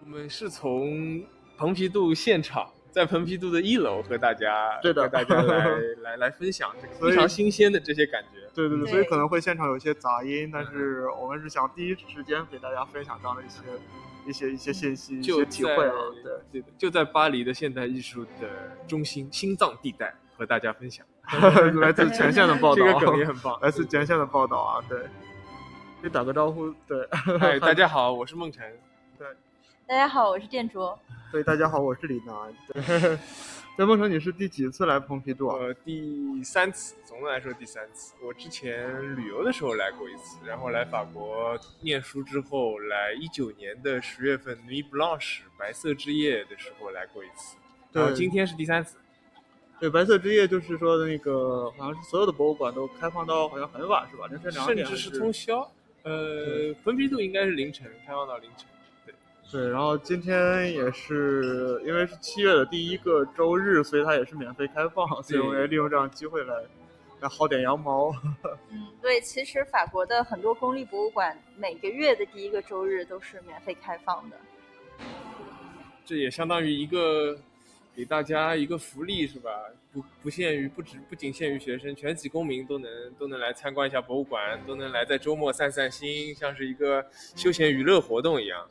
我们是从蓬皮杜现场，在蓬皮杜的1楼和大家来分享这个非常新鲜的这些感觉。 对，所以可能会现场有些杂音，但是我们是想第一时间给大家分享这样的一些信息、一些体会啊。 对的，就在巴黎的现代艺术的中心心脏地带和大家分享。 来自前线的报道， 这个梗也很棒。 来自前线的报道啊，对。可以打个招呼，对。 嗨，大家好，我是孟晨。 对。 大家好，我是建卓。 对，大家好，我是李楠。对。在孟晨，你是第几次来蓬皮杜啊？ 第3次，总的来说第3次。我之前旅游的时候来过1次，然后来法国念书之后，来19年的10月份 Nuit Blanche 白色之夜的时候来过1次，然后今天是第3次。 对，白色之夜就是说的那个，好像是所有的博物馆都开放到好像很晚是吧？凌晨2点， 甚至是通宵。蓬皮杜应该是凌晨开放到凌晨。 对，然后今天也是因为是7月的第1个周日，所以它也是免费开放，所以我们也利用这样的机会来薅点羊毛。 对，其实法国的很多公立博物馆每个月的第1个周日都是免费开放的。 这也相当于一个给大家一个福利是吧？不仅限于学生，全体公民都能来参观一下博物馆，都能来在周末散散心，像是一个休闲娱乐活动一样。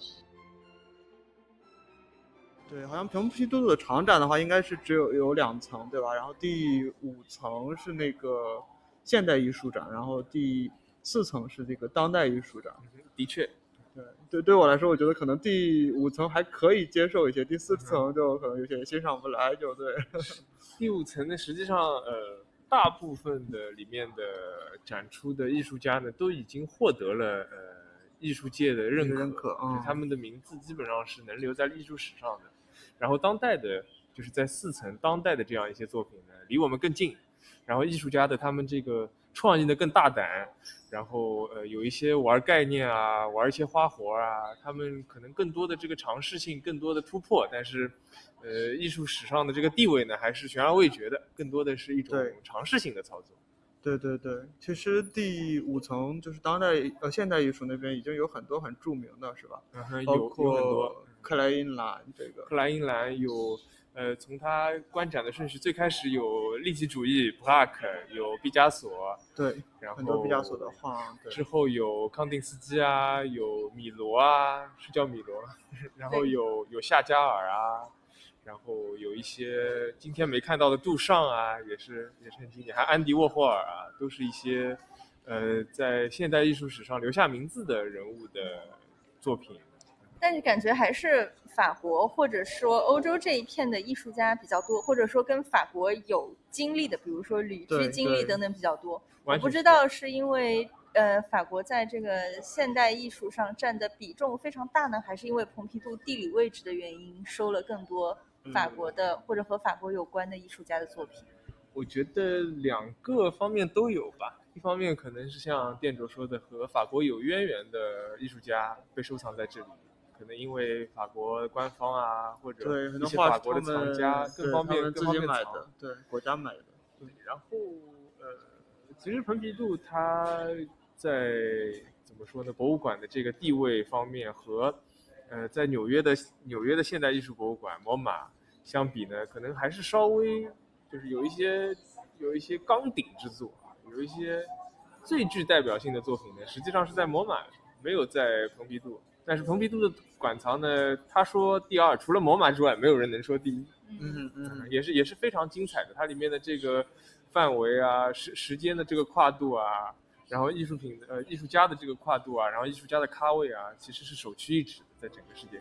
对，好像蓬皮杜的长展的话，应该是只有2层，对吧？然后第5层是那个现代艺术展，然后第4层是这个当代艺术展。 的确， 对我来说，我觉得可能第5层还可以接受一些，第4层就可能有些欣赏不来，就对。 第5层呢，实际上大部分的里面的展出的艺术家呢，都已经获得了艺术界的认可，他们的名字基本上是能留在艺术史上的。然后当代的，就是在4层当代的这样一些作品呢，离我们更近。然后艺术家的他们这个创意的更大胆，然后有一些玩概念啊，玩一些花活啊，他们可能更多的这个尝试性，更多的突破。但是艺术史上的这个地位呢，还是悬而未决的，更多的是一种尝试性的操作。 对，其实第5层就是当代现代艺术那边已经有很多很著名的是吧？ 有很多。 克莱因兰克莱因兰有从他观展的顺序，最开始有立体主义 Braque， 有毕加索， 对， 然后很多毕加索的画， 之后有康定斯基啊，有米罗啊，是叫米罗，然后有夏加尔啊，然后有一些今天没看到的杜尚啊，也是很经典，还有安迪沃霍尔啊，都是一些在现代艺术史上留下名字的人物的作品。 但是感觉还是法国或者说欧洲这一片的艺术家比较多，或者说跟法国有经历的，比如说旅居经历等等比较多。我不知道是因为法国在这个现代艺术上占的比重非常大呢，还是因为蓬皮杜地理位置的原因收了更多法国的或者和法国有关的艺术家的作品？ 我觉得2个方面都有吧。一方面可能是像店主说的，和法国有渊源的艺术家被收藏在这里，可能因为法国官方啊，或者一些法国的藏家更方便买的，对，国家买的。 对，然后其实蓬皮杜它在怎么说呢，博物馆的这个地位方面和在纽约的现代艺术博物馆摩马相比呢，可能还是稍微就是有一些纲鼎之作，有一些最具代表性的作品呢，实际上是在摩马，没有在蓬皮杜。但是蓬皮杜的馆藏呢，他说第2，除了摩马之外，没有人能说第1。也是非常精彩的。它里面的这个范围啊，时间的这个跨度啊，然后艺术家的这个跨度啊，然后艺术家的咖位啊，其实是首屈一指的，在整个世界。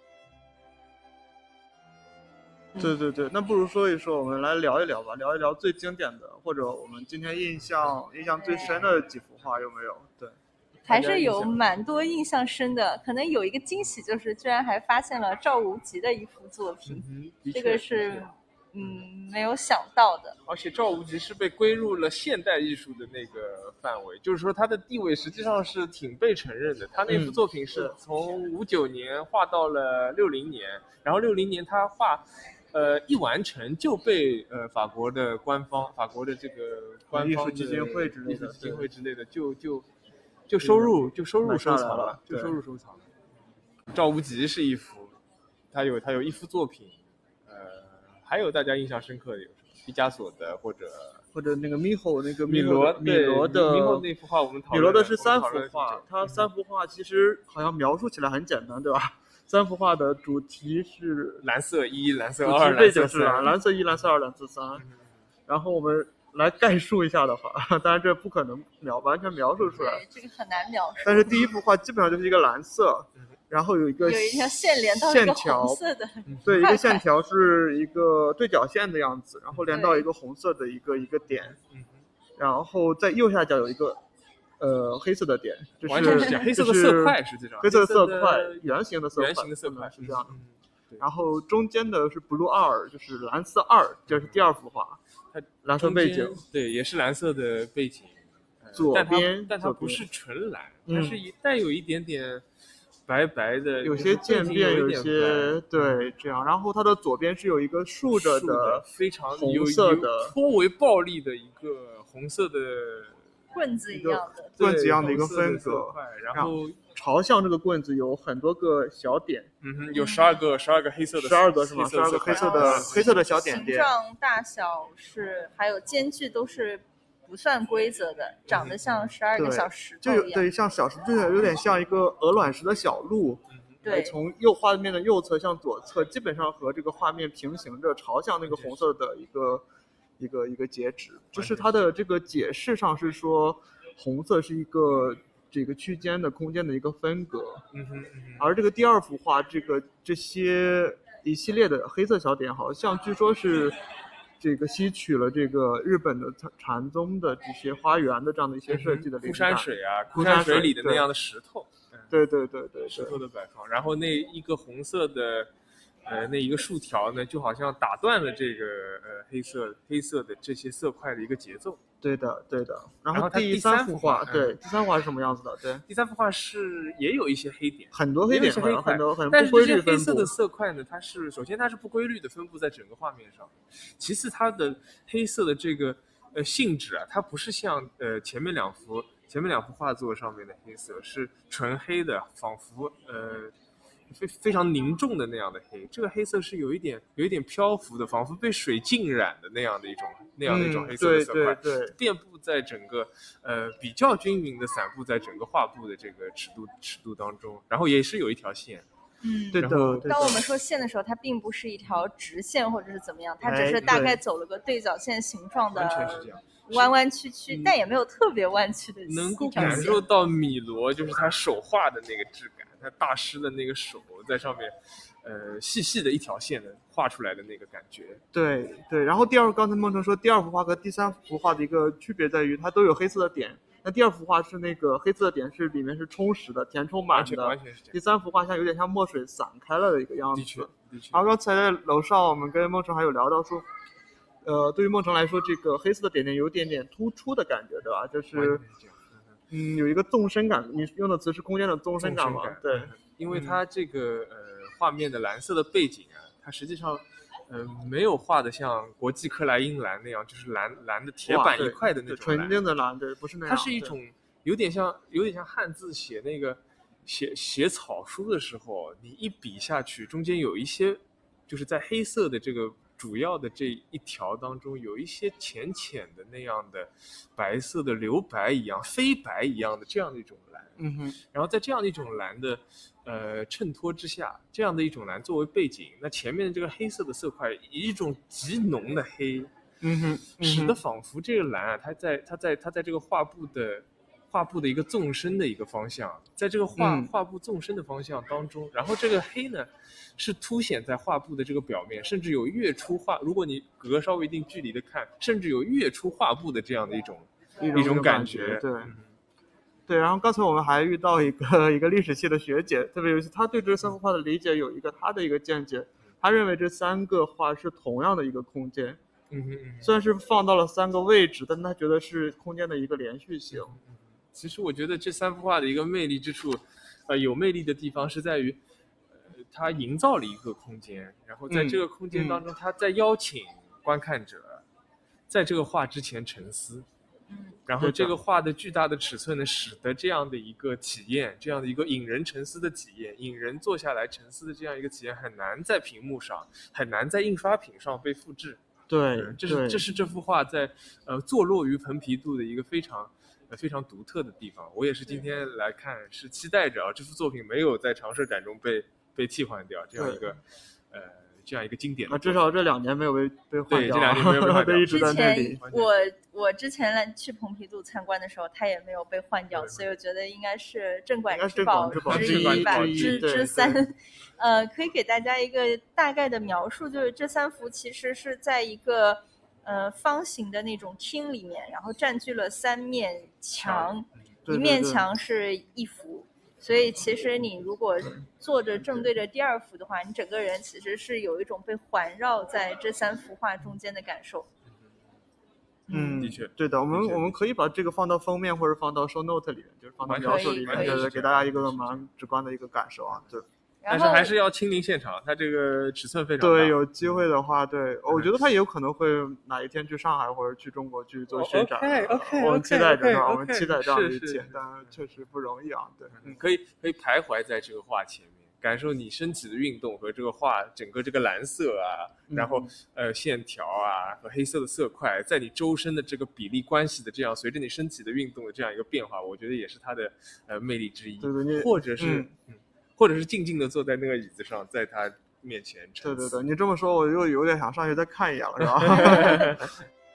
对，那不如说一说，我们来聊一聊吧，聊一聊最经典的，或者我们今天印象最深的几幅画有没有？对。 还是有蛮多印象深的，可能有一个惊喜，就是居然还发现了赵无极的一幅作品，这个是没有想到的。 而且赵无极是被归入了现代艺术的那个范围，就是说他的地位实际上是挺被承认的。他那幅作品是从59年画到了60年，然后60年他画一完成就被法国的这个官方的艺术基金会之类的就收入收藏了，赵无极是一幅他有一幅作品，还有大家印象深刻的有什么？毕加索的或者那个米罗的米罗那幅画，我们讨论米罗的是3幅画，它3幅画其实好像描述起来很简单，对吧？3幅画的主题是蓝色1、蓝色2、 背景是蓝色1、蓝色2、蓝色3。然后我们来概述一下的话，当然这不可能完全描述出来， 这个很难描述。 但是第一幅画基本上就是一个蓝色，然后有一条线连到一个红色的， 对，一个线条是一个对角线的样子，然后连到一个红色的一个点，然后在右下角有一个黑色的点， 完全是这样，黑色的色块，实际上黑色的色块，圆形的色块是这样的。然后中间的是 blue 2，就是蓝色2，这是第2幅画，蓝色背景， 对，也是蓝色的背景， 左边， 但它不是纯蓝，它是带有一点点白白的， 有些渐变，有些对这样。然后它的左边是有一个竖着的非常红色的颇为暴力的一个红色的棍子一样的一个分隔， 然后朝向这个棍子有很多个小点， 有12个黑色的 ，12个是吗？12个黑色的小点点， 形状大小还有间距都是不算规则的，长得像12个小石头一样， 对，像小石，就有点像一个鹅卵石的小鹿。 对， 从画面的右侧向左侧，基本上和这个画面平行着，朝向那个红色的一个截止。就是它的这个解释上是说，红色是一个这个区间的空间的一个分隔。而这个第2幅画，这些一系列的黑色小点，好像据说是这个吸取了这个日本的禅宗的这些花园的这样的一些设计的灵感。 枯山水里的那样的石头。 对， 石头的摆放，然后那一个红色的那一个竖条呢，就好像打断了这个黑色的这些色块的一个节奏。 对的。然后第3幅画，对，第3幅画是什么样子的？对， 第3幅画是也有一些黑点， 很多黑点，很多但不规律分布。 但是这些黑色的色块呢，首先它是不规律的分布在整个画面上，其次它的黑色的这个性质啊，它不是像前面两幅画作上面的黑色是纯黑的，仿佛非常凝重的那样的黑，这个黑色是有一点漂浮的，仿佛被水浸染的那样的一种黑色的色块， 对， 遍布在整个比较均匀的散布在整个画布的这个尺度当中，然后也是有一条线。 对的。 当我们说线的时候，它并不是一条直线或者是怎么样，它只是大概走了个对角线形状的， 完全是这样， 弯弯曲曲，但也没有特别弯曲的。 能够感受到米罗就是他手画的那个质感，他大师的那个手在上面，细细的一条线的画出来的那个感觉。 对。然后刚才梦辰说第2幅画和第3幅画的一个区别在于，它都有黑色的点。那第2幅画是那个黑色的点是里面是充实的，填充满的， 完全是这样。 第3幅画像有点像墨水散开了的一个样子。 的确。 然后刚才在楼上我们跟梦辰还有聊到说，对于梦辰来说，这个黑色的点点有点突出的感觉，对吧？就是有一个纵深感，你用的词是空间的纵深感嘛？对， 因为它这个画面的蓝色的背景啊，它实际上没有画的像国际克莱因蓝那样，就是蓝的铁板一块的那种纯净的蓝，对，不是那样。 它是一种有点像汉字写那个写草书的时候，你一笔下去，中间有一些就是在黑色的这个主要的这一条当中，有一些浅浅的那样的白色的留白一样、飞白一样的这样的一种蓝。然后在这样的一种蓝的衬托之下，这样的一种蓝作为背景，那前面的这个黑色的色块以一种极浓的黑，使得仿佛这个蓝啊，它在这个画布的一个纵深的一个方向，在这个画布纵深的方向当中，然后这个黑呢是凸显在画布的这个表面，甚至有跃出如果你隔稍微一定距离的看，甚至有跃出画布的这样的一种感觉。 对，然后刚才我们还遇到一个历史系的学姐，特别有意思，她对这3幅画的理解有她的一个见解，她认为这3个画是同样的一个空间。虽然是放到了3个位置，但她觉得是空间的一个连续性。 其实我觉得这3幅画的一个魅力之处，有魅力的地方是在于，它营造了一个空间，然后在这个空间当中，它在邀请观看者在这个画之前沉思。 然后这个画的巨大的尺寸呢，使得这样的一个体验，这样的一个引人沉思的体验，引人坐下来沉思的这样一个体验，很难在屏幕上，很难在印刷品上被复制。 对， 这是这幅画在坐落于蓬皮杜的一个非常独特的地方。我也是今天来看，是期待着这幅作品没有在常设展中被替换掉，这样一个经典的。 至少这2年没有被换掉。 对，这2年没有被换掉。 一直在那里。 我之前来去蓬皮杜参观的时候，它也没有被换掉，所以我觉得应该是镇馆之宝之一吧，之3。可以给大家一个大概的描述，就是这3幅其实是在一个方形的那种厅里面，然后占据了3面墙，一面墙是1幅。所以其实你如果坐着正对着第2幅的话，你整个人其实是有一种被环绕在这3幅画中间的感受。 的确， 对的，我们可以把这个放到封面或者放到 show note 里面，就是放到描述里面，就是给大家一个蛮直观的一个感受啊。对， 但是还是要亲临现场，它这个尺寸非常大。 对，有机会的话，对，我觉得它也有可能会哪一天去上海或者去中国去做宣展。我们期待着，是吧？我们期待这样的一天，但确实不容易啊。对， 可以徘徊在这个画前面，感受你身体的运动和这个画整个这个蓝色啊，然后线条啊和黑色的色块在你周身的这个比例关系的这样随着你身体的运动的这样一个变化，我觉得也是它的魅力之一。 对， 或者是静静的坐在那个椅子上，在他面前沉思。 对，你这么说我又有点想上去再看一眼了，是吧？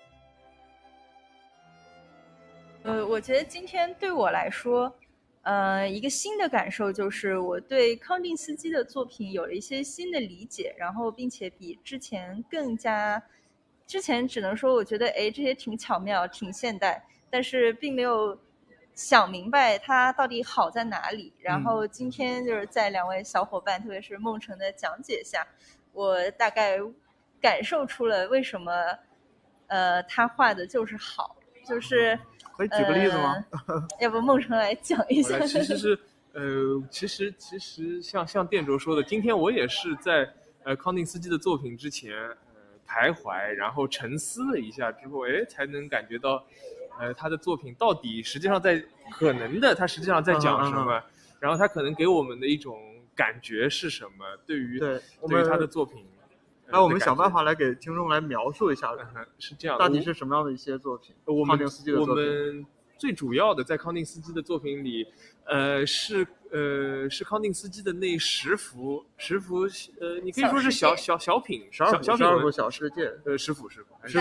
我觉得今天对我来说一个新的感受就是我对康定斯基的作品有了一些新的理解，然后并且比之前之前只能说我觉得这些挺巧妙挺现代，但是并没有想明白它到底好在哪里。然后今天就是在2位小伙伴特别是梦辰的讲解下，我大概感受出了为什么他画的就是好。就是可以举个例子吗？ 要不梦辰来讲一下。 其实像店卓说的，今天我也是在康定斯基的作品之前徘徊，然后沉思了一下之后，才能感觉到他的作品到底实际上他实际上在讲什么，然后他可能给我们的一种感觉是什么，对于他的作品。 那我们想办法来给听众来描述一下， 是这样的， 到底是什么样的一些作品？康定斯基的作品。 我们最主要的在康定斯基的作品里，是康定斯基的那10幅，你可以说是小品 ，12幅小世界 ，10幅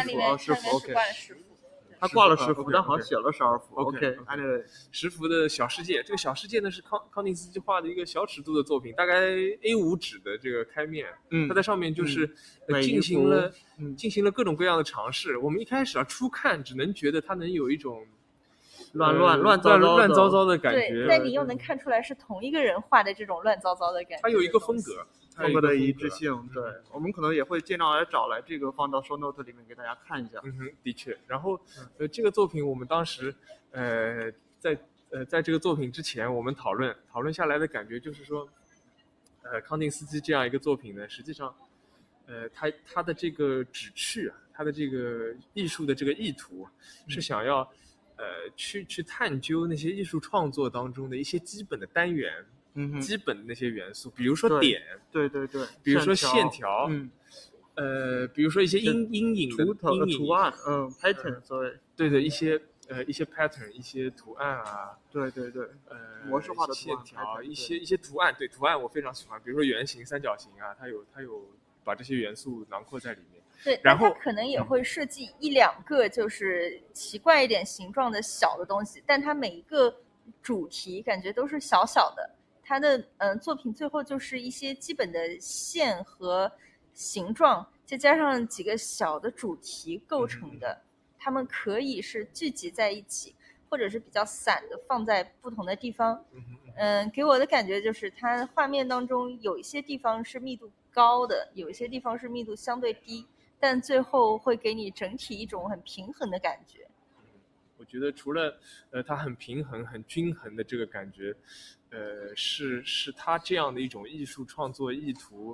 ，OK。他挂了10幅，但好像写了12幅。 OK，10幅的小世界，这个小世界呢是康定斯基画的一个小尺度的作品，大概 A5 纸的这个开面，它在上面就是进行了各种各样的尝试。我们一开始初看只能觉得它能有一种乱糟糟的感觉， 对，但你又能看出来是同一个人画的这种乱糟糟的感觉。 它有一个风格的一致性。对，我们可能也会尽量来找来这个放到 show note 里面给大家看一下。 的确。然后这个作品我们当时在这个作品之前我们讨论下来的感觉就是说，康定斯基这样一个作品呢，实际上他的这个旨趣啊，他的这个艺术的这个意图是想要去探究那些艺术创作当中的一些基本的单元，基本的那些元素，比如说点， 对， 比如说线条，比如说一些阴影的图案，pattern， 对的一些 pattern， 一些图案啊， 对，模式化的线条，一些图案，对，图案我非常喜欢，比如说圆形、三角形啊，它有把这些元素囊括在里面。 对，然后它可能也会设计1-2个就是奇怪一点形状的小的东西，但它每一个主题感觉都是小小的。它的作品最后就是一些基本的线和形状，再加上几个小的主题构成的，它们可以是聚集在一起，或者是比较散的放在不同的地方。给我的感觉就是它画面当中有一些地方是密度高的，有一些地方是密度相对低，但最后会给你整体一种很平衡的感觉。 我觉得除了它很平衡很均衡的这个感觉，是它这样的一种艺术创作意图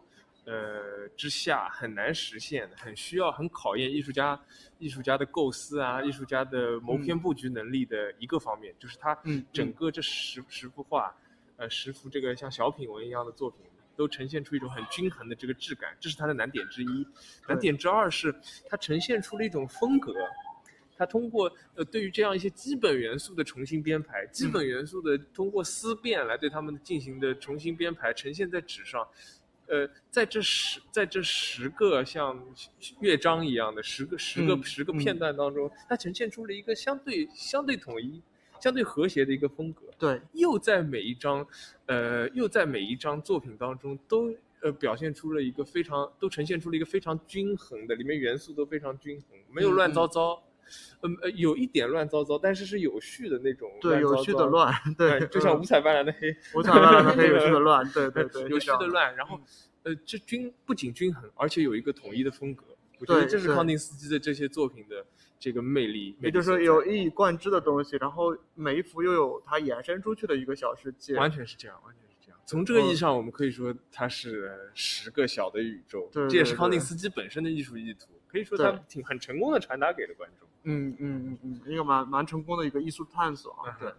之下很难实现的，很考验艺术家的构思啊，艺术家的谋篇布局能力的一个方面，就是他整个这十幅画，10幅这个像小品文一样的作品，都呈现出一种很均衡的这个质感，这是它的难点之一。难点之二是它呈现出了一种风格，它通过对于这样一些基本元素的重新编排，基本元素的通过思辨来对它们进行的重新编排，呈现在纸上。在这10个像乐章一样的10个片段当中，它呈现出了一个相对统一、相对和谐的一个风格。 对， 又在每一张作品当中都表现出了都呈现出了一个非常均衡的，里面元素都非常均衡，没有乱糟糟。有一点乱糟糟，但是是有序的那种乱糟糟， 对，有序的乱，对， 就像五彩斑斓的黑， 五彩斑斓的黑，有序的乱，对对对， 有序的乱。然后，这不仅均衡，而且有一个统一的风格。我觉得这是康定斯基的这些作品的这个魅力。 也就是说，有一以贯之的东西，然后每一幅又有它延伸出去的一个小世界。 完全是这样，完全是这样。从这个意义上，我们可以说它是10个小的宇宙， 对， 这也是康定斯基本身的艺术意图。可以说他很成功的传达给了观众。 一个蛮成功的一个艺术探索啊。对。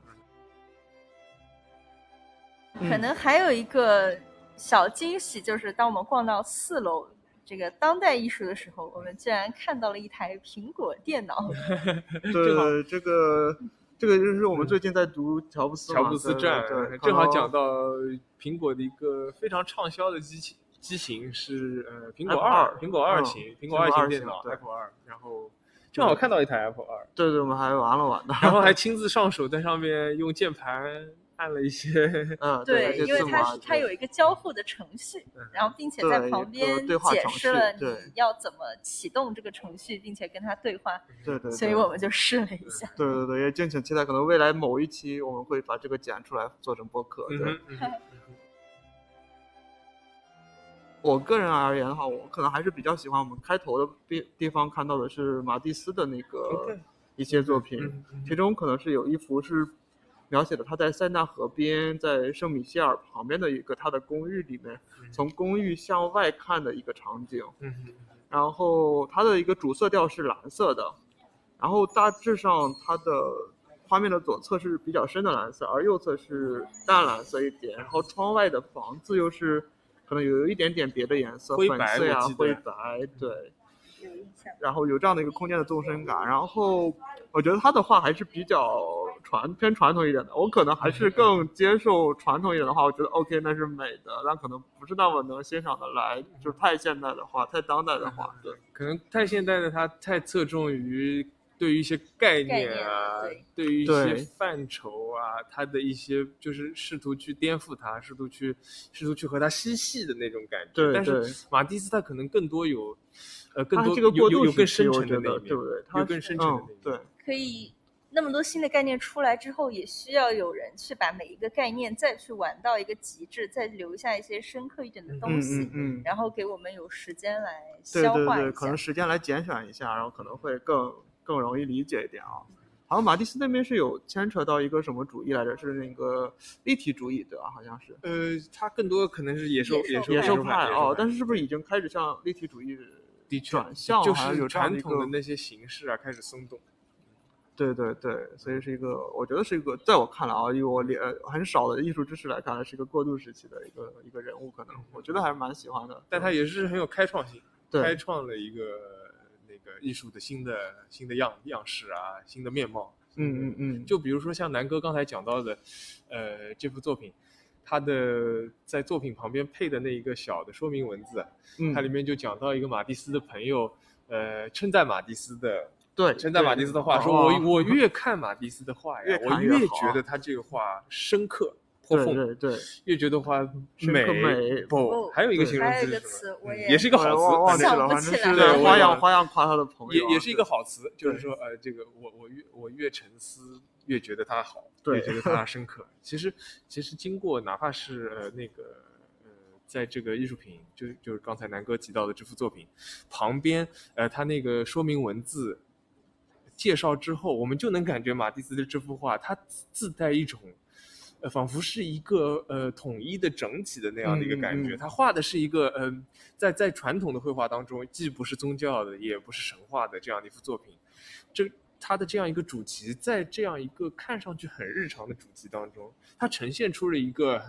可能还有一个小惊喜，就是当我们逛到4楼这个当代艺术的时候，我们居然看到了一台苹果电脑。 对，这个就是我们最近在读乔布斯传，对，正好讲到苹果的一个非常畅销的机型是苹果2型电脑 Apple 2，然后正好看到一台 Apple 2， 对，我们还玩了玩的， 然后还亲自上手在上面用键盘按了一些， 对，因为它有一个交互的程序，然后并且在旁边解释了你要怎么启动这个程序，并且跟它对话， 对， 所以我们就试了一下， 对，也敬请期待，可能未来某一期我们会把这个剪出来做成播客，对。我个人而言的话，我可能还是比较喜欢我们开头的地方看到的是马蒂斯的那个一些作品，其中可能是有一幅是描写的他在塞纳河边，在圣米歇尔旁边的一个他的公寓里面，从公寓向外看的一个场景。然后它的一个主色调是蓝色的，然后大致上它的画面的左侧是比较深的蓝色，而右侧是淡蓝色一点，然后窗外的房子又是可能有一点点别的颜色，粉色呀、灰白，对，然后有这样的一个空间的纵深感。然后我觉得他的画还是比较偏传统一点的，我可能还是更接受传统一点的话，我觉得 OK 那是美的，但可能不是那么能欣赏的来，就是太现代的画、太当代的画，对， 可能太现代的它太侧重于对于一些概念啊，对于一些范畴啊，它的一些就是试图去颠覆它，试图去和它嬉戏的那种感觉。 对， 但是马蒂斯他可能更多有更多有更深沉的那一面， 对不对？ 有更深沉的那一面， 对， 可以。那么多新的概念出来之后，也需要有人去把每一个概念再去玩到一个极致，再留下一些深刻一点的东西，然后给我们有时间来消化一下。 对，可能时间来拣选一下，然后可能会更容易理解一点啊。好像马蒂斯那边是有牵扯到一个什么主义来着？是那个立体主义的，好像是。 他更多可能是野兽派哦，但是不是已经开始向立体主义转向， 就是有传统的那些形式啊开始松动。 对，所以是一个，我觉得是一个，在我看来啊，以我很少的艺术知识来看，是一个过渡时期的一个人物，可能我觉得还是蛮喜欢的。 但他也是很有开创性，开创了一个那个艺术的新的样式啊，新的面貌。就比如说像南哥刚才讲到的，这幅作品，他的在作品旁边配的那一个小的说明文字，它里面就讲到一个马蒂斯的朋友，称赞马蒂斯的。 对， 称赞马蒂斯的画，说我越看马蒂斯的画呀，我越觉得他这个画深刻颇丰， 对， 越觉得画美。 不，还有一个形容词， 还有一个词， 也是一个好词， 忘记了，反正是花样夸他的朋友， 也是一个好词，就是说这个我越沉思，越觉得他好，越觉得他深刻。其实经过哪怕是那个。在这个艺术品，就是刚才南哥提到的这幅作品旁边，他那个说明文字介绍之后，我们就能感觉马蒂斯的这幅画，它自带一种仿佛是一个统一的整体的那样的一个感觉。他画的是一个在传统的绘画当中，既不是宗教的，也不是神话的这样的一幅作品。他的这样一个主题，在这样一个看上去很日常的主题当中，它呈现出了一个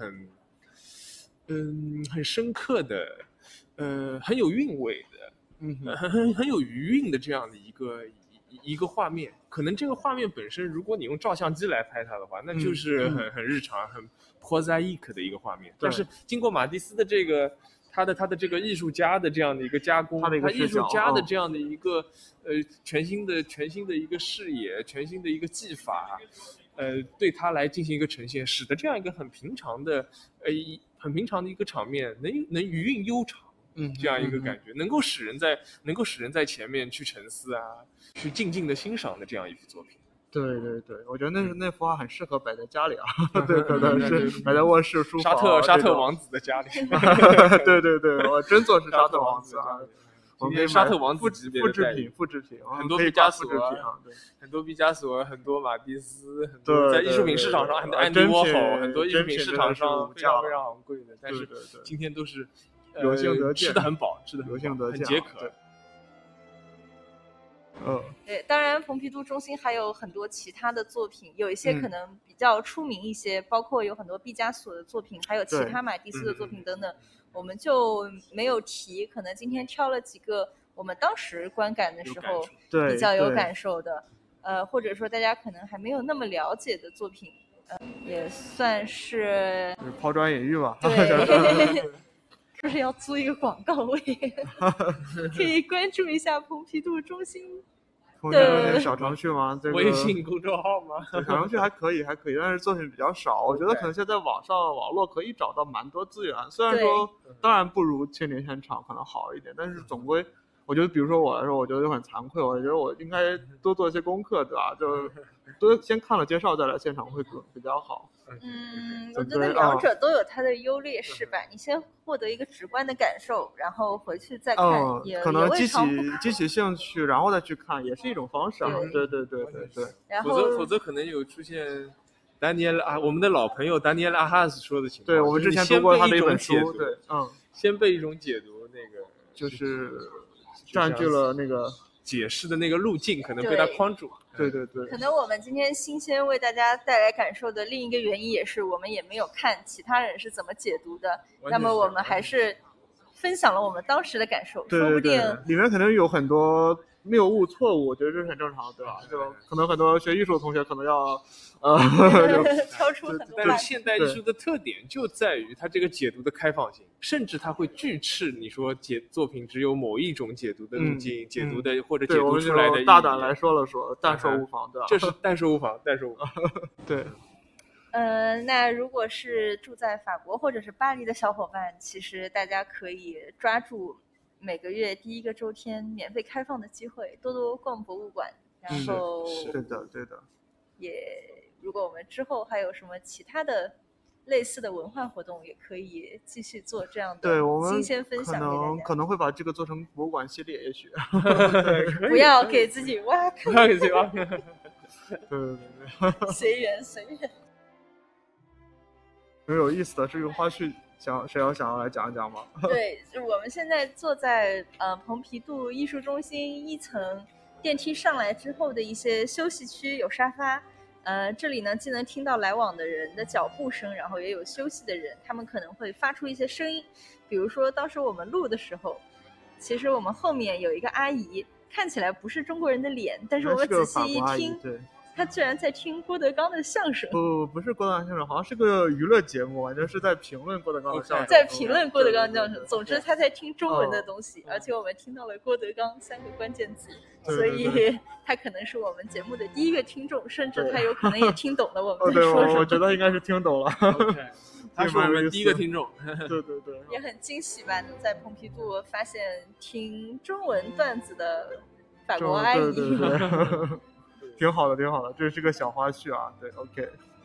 很深刻的，很有韵味的，很有余韵的这样的一个画面。可能这个画面本身，如果你用照相机来拍它的话，那就是很日常、很 prosaic 的一个画面。但是经过马蒂斯的这个他的这个艺术家的这样的一个加工，他艺术家的这样的一个全新的一个视野，全新的一个技法，对他来进行一个呈现，使得这样一个很平常的一个场面能余韵悠长。这样一个感觉，能够使人在前面去沉思啊，去静静的欣赏的这样一幅作品。 对，我觉得那幅画很适合摆在家里啊，对，可能是摆在卧室、书房。 沙特王子的家里。 对，我真做是沙特王子啊。 今天沙特王子复制品， 很多毕加索，很多马蒂斯，很多在艺术品市场上，很多安迪沃霍，很多艺术品市场上非常非常昂贵的，但是今天都是有幸得见， 吃得很饱， 有幸得见， 很解渴。 对，当然蓬皮杜中心还有很多其他的作品，有一些可能比较出名一些，包括有很多毕加索的作品，还有其他马蒂斯的作品等等，我们就没有提。可能今天挑了几个我们当时观感的时候比较有感受的，或者说大家可能还没有那么了解的作品，也算是抛砖引玉吧。 对。是不是要租一个广告位？可以关注一下蓬皮杜中心的小程序吗？ 微信公众号吗？ 小程序还可以，但是作品比较少。我觉得可能现在网络可以找到蛮多资源，虽然说当然不如青年现场可能好一点，但是总归我觉得，比如说我来说，我觉得就很惭愧，我觉得我应该多做一些功课，对吧？就多先看了介绍再来现场会比较好。 我觉得两者都有它的优劣势吧。你先获得一个直观的感受，然后回去再看， 可能激起兴趣，然后再去看，也是一种方式啊。对。 然后否则可能有出现丹尼尔我们的老朋友丹尼尔阿哈斯说的情况。 对，我们之前读过他的一本书，对， 先被一种解读那个就是占据了那个解释的那个路径，可能被他框住。 对。 可能我们今天新鲜为大家带来感受的另一个原因，也是我们也没有看其他人是怎么解读的。那么我们还是分享了我们当时的感受，说不定里面可能有很多谬误错误，我觉得这是很正常，对吧？就可能很多学艺术的同学可能要挑出很多。 但是现代艺术的特点就在于它这个解读的开放性，甚至它会拒斥你说作品只有某一种解读的路径，解读的或者解读出来的意义。 大胆来说，但说无妨，对吧？ 这是但说无妨。 对。 那如果是住在法国或者是巴黎的小伙伴，其实大家可以抓住每个月第一个周天免费开放的机会，多多逛博物馆。然后对的。 也如果我们之后还有什么其他的类似的文化活动，也可以继续做这样的新鲜分享给大家。 可能会把这个做成博物馆系列，也许。 不要给自己挖坑。 不要给自己挖坑。 对。 随缘。 很有意思的这个花絮，谁想要来讲一讲吗？ 对，我们现在坐在蓬皮杜艺术中心1层电梯上来之后的一些休息区，有沙发。这里呢既能听到来往的人的脚步声，然后也有休息的人，他们可能会发出一些声音。比如说当时我们录的时候，其实我们后面有一个阿姨，看起来不是中国人的脸，但是我们仔细一听，他居然在听郭德纲的相声。 不是郭德纲相声，好像是个娱乐节目，反正是在评论郭德纲的相声。 在评论郭德纲的相声。总之他在听中文的东西，而且我们听到了郭德纲3个关键词，所以他可能是我们节目的第一个听众，甚至他有可能也听懂了我们在说什么。 我觉得应该是听懂了。 他是我们第一个听众。 对。 也很惊喜吧，能在蓬皮杜发现听中文段子的法国阿姨。 对。挺好的，这是个小花絮啊。对 ，OK。